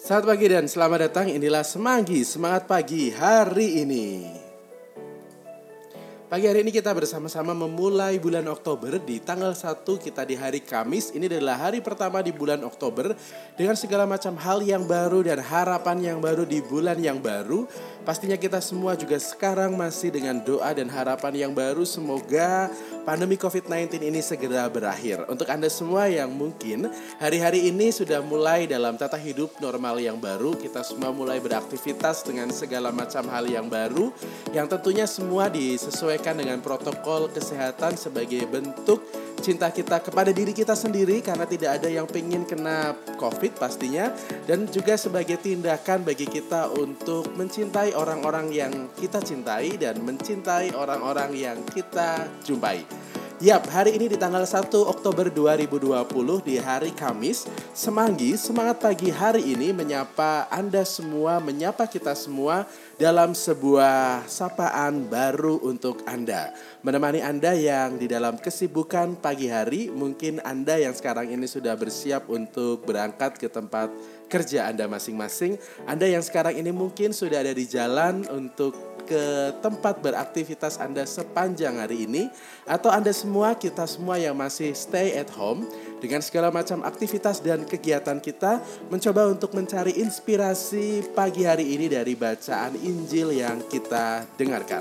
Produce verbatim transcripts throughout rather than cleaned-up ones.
Selamat pagi dan selamat datang, inilah Semanggi, Semangat Pagi hari ini. Pagi hari ini kita bersama-sama memulai bulan Oktober. Di tanggal satu kita di hari Kamis. Ini adalah hari pertama di bulan Oktober, dengan segala macam hal yang baru dan harapan yang baru di bulan yang baru. Pastinya kita semua juga sekarang masih dengan doa dan harapan yang baru. Semoga pandemi covid sembilan belas ini segera berakhir. Untuk Anda semua yang mungkin hari-hari ini sudah mulai dalam tata hidup normal yang baru, kita semua mulai beraktivitas dengan segala macam hal yang baru, yang tentunya semua disesuaikan dengan protokol kesehatan sebagai bentuk cinta kita kepada diri kita sendiri, karena tidak ada yang pengen kena COVID pastinya, dan juga sebagai tindakan bagi kita untuk mencintai orang-orang yang kita cintai dan mencintai orang-orang yang kita jumpai. Yap, hari ini di tanggal satu Oktober dua ribu dua puluh di hari Kamis, Semanggi, Semangat Pagi hari ini menyapa Anda semua, menyapa kita semua dalam sebuah sapaan baru untuk Anda. Menemani Anda yang di dalam kesibukan pagi hari, mungkin Anda yang sekarang ini sudah bersiap untuk berangkat ke tempat kerja Anda masing-masing. Anda yang sekarang ini mungkin sudah ada di jalan untuk ke tempat beraktivitas Anda sepanjang hari ini, atau Anda semua, kita semua yang masih stay at home dengan segala macam aktivitas dan kegiatan kita, mencoba untuk mencari inspirasi pagi hari ini dari bacaan Injil yang kita dengarkan.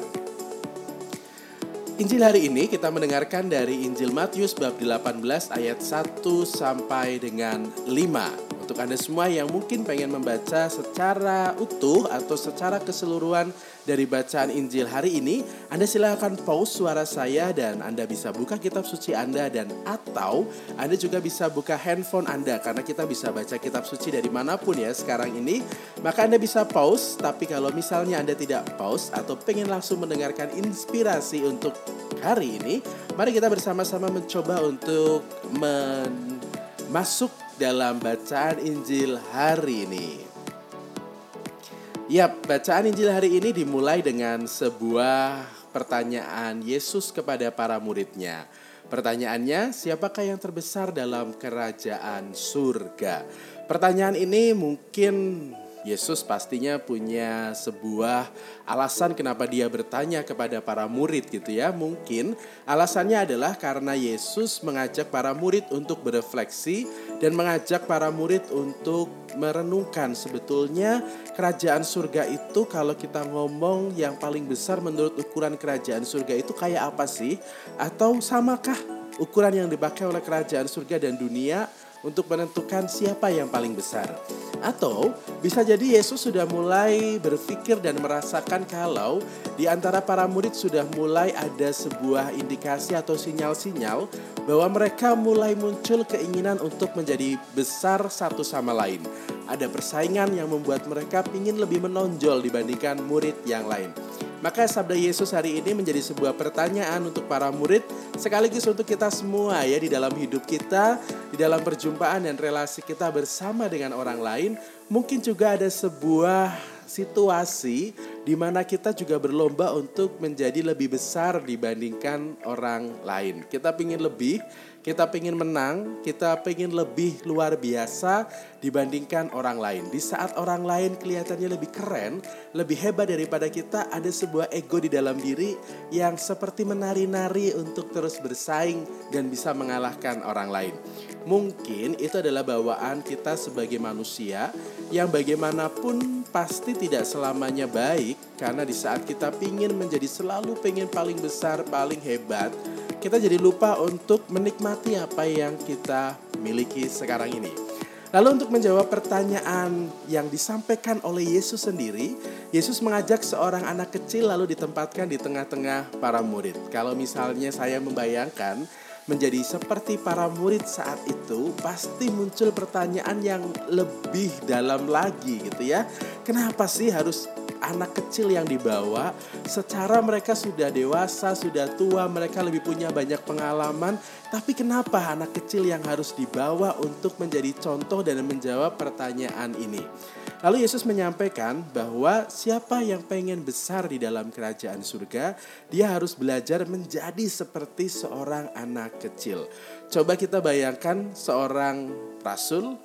Injil hari ini kita mendengarkan dari Injil Matius bab delapan belas ayat satu sampai dengan lima. Untuk Anda semua yang mungkin pengen membaca secara utuh atau secara keseluruhan dari bacaan Injil hari ini, Anda silakan pause suara saya dan Anda bisa buka kitab suci Anda, dan atau Anda juga bisa buka handphone Anda, karena kita bisa baca kitab suci dari manapun ya sekarang ini. Maka Anda bisa pause, tapi kalau misalnya Anda tidak pause atau pengen langsung mendengarkan inspirasi untuk hari ini, mari kita bersama-sama mencoba untuk men- masuk dalam bacaan Injil hari ini. Yap, bacaan Injil hari ini dimulai dengan sebuah pertanyaan Yesus kepada para muridnya. Pertanyaannya, siapakah yang terbesar dalam kerajaan surga? Pertanyaan ini mungkin Yesus pastinya punya sebuah alasan kenapa dia bertanya kepada para murid gitu ya. Mungkin alasannya adalah karena Yesus mengajak para murid untuk berefleksi dan mengajak para murid untuk merenungkan sebetulnya kerajaan surga itu, kalau kita ngomong yang paling besar menurut ukuran kerajaan surga itu kayak apa sih? Atau samakah ukuran yang dipakai oleh kerajaan surga dan dunia untuk menentukan siapa yang paling besar? Atau bisa jadi Yesus sudah mulai berpikir dan merasakan kalau di antara para murid sudah mulai ada sebuah indikasi atau sinyal-sinyal bahwa mereka mulai muncul keinginan untuk menjadi besar satu sama lain. Ada persaingan yang membuat mereka ingin lebih menonjol dibandingkan murid yang lain. Maka sabda Yesus hari ini menjadi sebuah pertanyaan untuk para murid, sekaligus untuk kita semua ya, di dalam hidup kita, di dalam perjumpaan dan relasi kita bersama dengan orang lain. Mungkin juga ada sebuah situasi di mana kita juga berlomba untuk menjadi lebih besar dibandingkan orang lain. Kita ingin lebih, kita ingin menang, kita ingin lebih luar biasa dibandingkan orang lain. Di saat orang lain kelihatannya lebih keren, lebih hebat daripada kita, ada sebuah ego di dalam diri yang seperti menari-nari untuk terus bersaing dan bisa mengalahkan orang lain. Mungkin itu adalah bawaan kita sebagai manusia yang bagaimanapun pasti tidak selamanya baik, karena di saat kita pingin menjadi selalu pengen paling besar, paling hebat, kita jadi lupa untuk menikmati apa yang kita miliki sekarang ini. Lalu untuk menjawab pertanyaan yang disampaikan oleh Yesus sendiri, Yesus mengajak seorang anak kecil lalu ditempatkan di tengah-tengah para murid. Kalau misalnya saya membayangkan menjadi seperti para murid saat itu, pasti muncul pertanyaan yang lebih dalam lagi gitu ya. Kenapa sih harus anak kecil yang dibawa? Secara mereka sudah dewasa, sudah tua, mereka lebih punya banyak pengalaman, tapi kenapa anak kecil yang harus dibawa untuk menjadi contoh dan menjawab pertanyaan ini? Lalu Yesus menyampaikan bahwa siapa yang pengen besar di dalam kerajaan surga, dia harus belajar menjadi seperti seorang anak kecil. Coba kita bayangkan seorang rasul,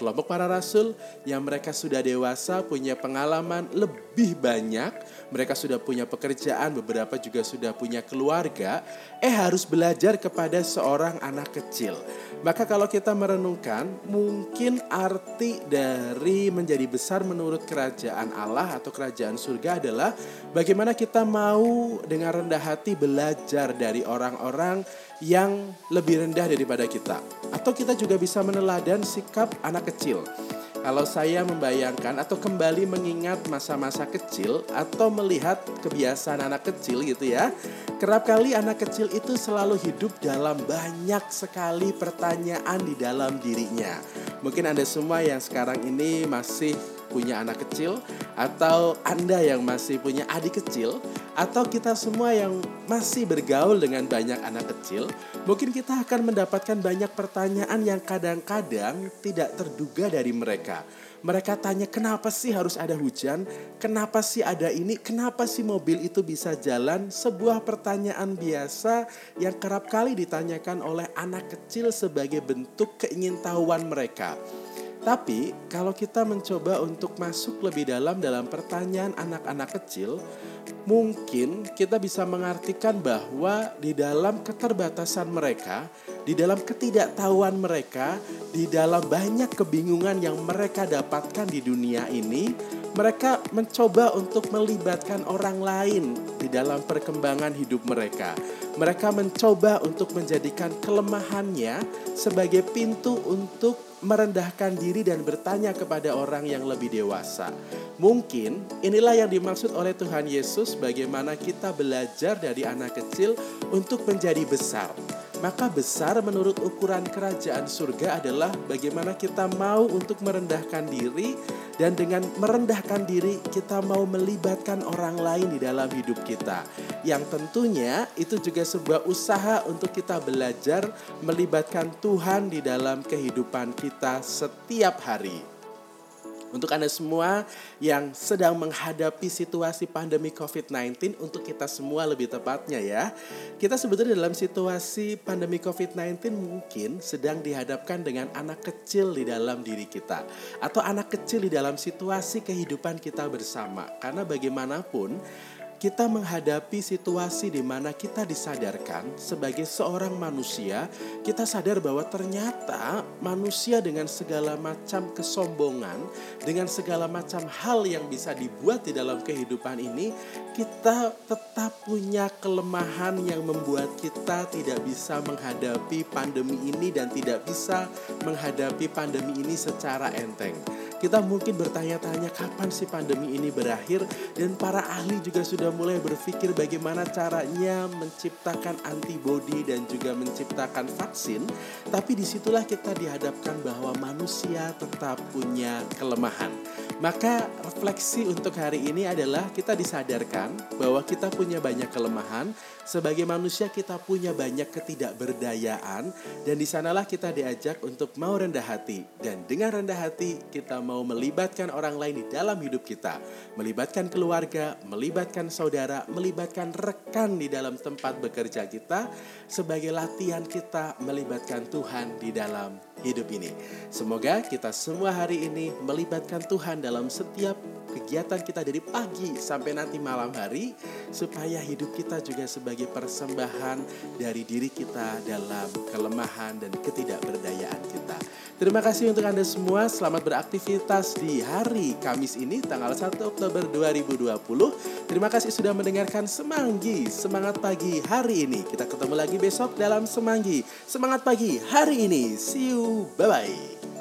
kelompok para rasul yang mereka sudah dewasa, punya pengalaman lebih banyak, mereka sudah punya pekerjaan, beberapa juga sudah punya keluarga, eh harus belajar kepada seorang anak kecil. Maka kalau kita merenungkan, mungkin arti dari menjadi besar menurut kerajaan Allah atau kerajaan surga adalah bagaimana kita mau dengan rendah hati belajar dari orang-orang yang lebih rendah daripada kita. Atau kita juga bisa meneladan sikap anak kecil. Kalau saya membayangkan atau kembali mengingat masa-masa kecil atau melihat kebiasaan anak kecil gitu ya. Kerap kali anak kecil itu selalu hidup dalam banyak sekali pertanyaan di dalam dirinya. Mungkin Anda semua yang sekarang ini masih punya anak kecil, atau Anda yang masih punya adik kecil, atau kita semua yang masih bergaul dengan banyak anak kecil, mungkin kita akan mendapatkan banyak pertanyaan yang kadang-kadang tidak terduga dari mereka. Mereka tanya, kenapa sih harus ada hujan? Kenapa sih ada ini? Kenapa sih mobil itu bisa jalan? Sebuah pertanyaan biasa yang kerap kali ditanyakan oleh anak kecil sebagai bentuk keingintahuan mereka. Tapi kalau kita mencoba untuk masuk lebih dalam dalam pertanyaan anak-anak kecil, mungkin kita bisa mengartikan bahwa di dalam keterbatasan mereka, di dalam ketidaktahuan mereka, di dalam banyak kebingungan yang mereka dapatkan di dunia ini, mereka mencoba untuk melibatkan orang lain di dalam perkembangan hidup mereka. Mereka mencoba untuk menjadikan kelemahannya sebagai pintu untuk merendahkan diri dan bertanya kepada orang yang lebih dewasa. Mungkin inilah yang dimaksud oleh Tuhan Yesus, bagaimana kita belajar dari anak kecil untuk menjadi besar. Maka besar menurut ukuran kerajaan surga adalah bagaimana kita mau untuk merendahkan diri, dan dengan merendahkan diri kita mau melibatkan orang lain di dalam hidup kita. Yang tentunya itu juga sebuah usaha untuk kita belajar melibatkan Tuhan di dalam kehidupan kita setiap hari. Untuk Anda semua yang sedang menghadapi situasi pandemi covid sembilan belas, untuk kita semua lebih tepatnya ya, kita sebetulnya dalam situasi pandemi covid sembilan belas mungkin sedang dihadapkan dengan anak kecil di dalam diri kita, atau anak kecil di dalam situasi kehidupan kita bersama. Karena bagaimanapun kita menghadapi situasi di mana kita disadarkan sebagai seorang manusia, kita sadar bahwa ternyata manusia dengan segala macam kesombongan, dengan segala macam hal yang bisa dibuat di dalam kehidupan ini, kita tetap punya kelemahan yang membuat kita tidak bisa menghadapi pandemi ini dan tidak bisa menghadapi pandemi ini secara enteng. Kita mungkin bertanya-tanya kapan sih pandemi ini berakhir, dan para ahli juga sudah mulai berpikir bagaimana caranya menciptakan antibodi dan juga menciptakan vaksin. Tapi disitulah kita dihadapkan bahwa manusia tetap punya kelemahan. Maka refleksi untuk hari ini adalah kita disadarkan bahwa kita punya banyak kelemahan. Sebagai manusia kita punya banyak ketidakberdayaan, dan di sanalah kita diajak untuk mau rendah hati. Dan dengan rendah hati kita mau melibatkan orang lain di dalam hidup kita, melibatkan keluarga, melibatkan saudara, melibatkan rekan di dalam tempat bekerja kita, sebagai latihan kita melibatkan Tuhan di dalam hidup ini. Semoga kita semua hari ini melibatkan Tuhan dalam setiap kegiatan kita dari pagi sampai nanti malam hari, supaya hidup kita juga sebagai persembahan dari diri kita dalam kelemahan dan ketidakberdayaan kita. Terima kasih untuk Anda semua. Selamat beraktivitas di hari Kamis ini, tanggal satu Oktober dua ribu dua puluh. Terima kasih sudah mendengarkan Semanggi, Semangat Pagi hari ini. Kita ketemu lagi besok dalam Semanggi, Semangat Pagi hari ini. See you, bye-bye.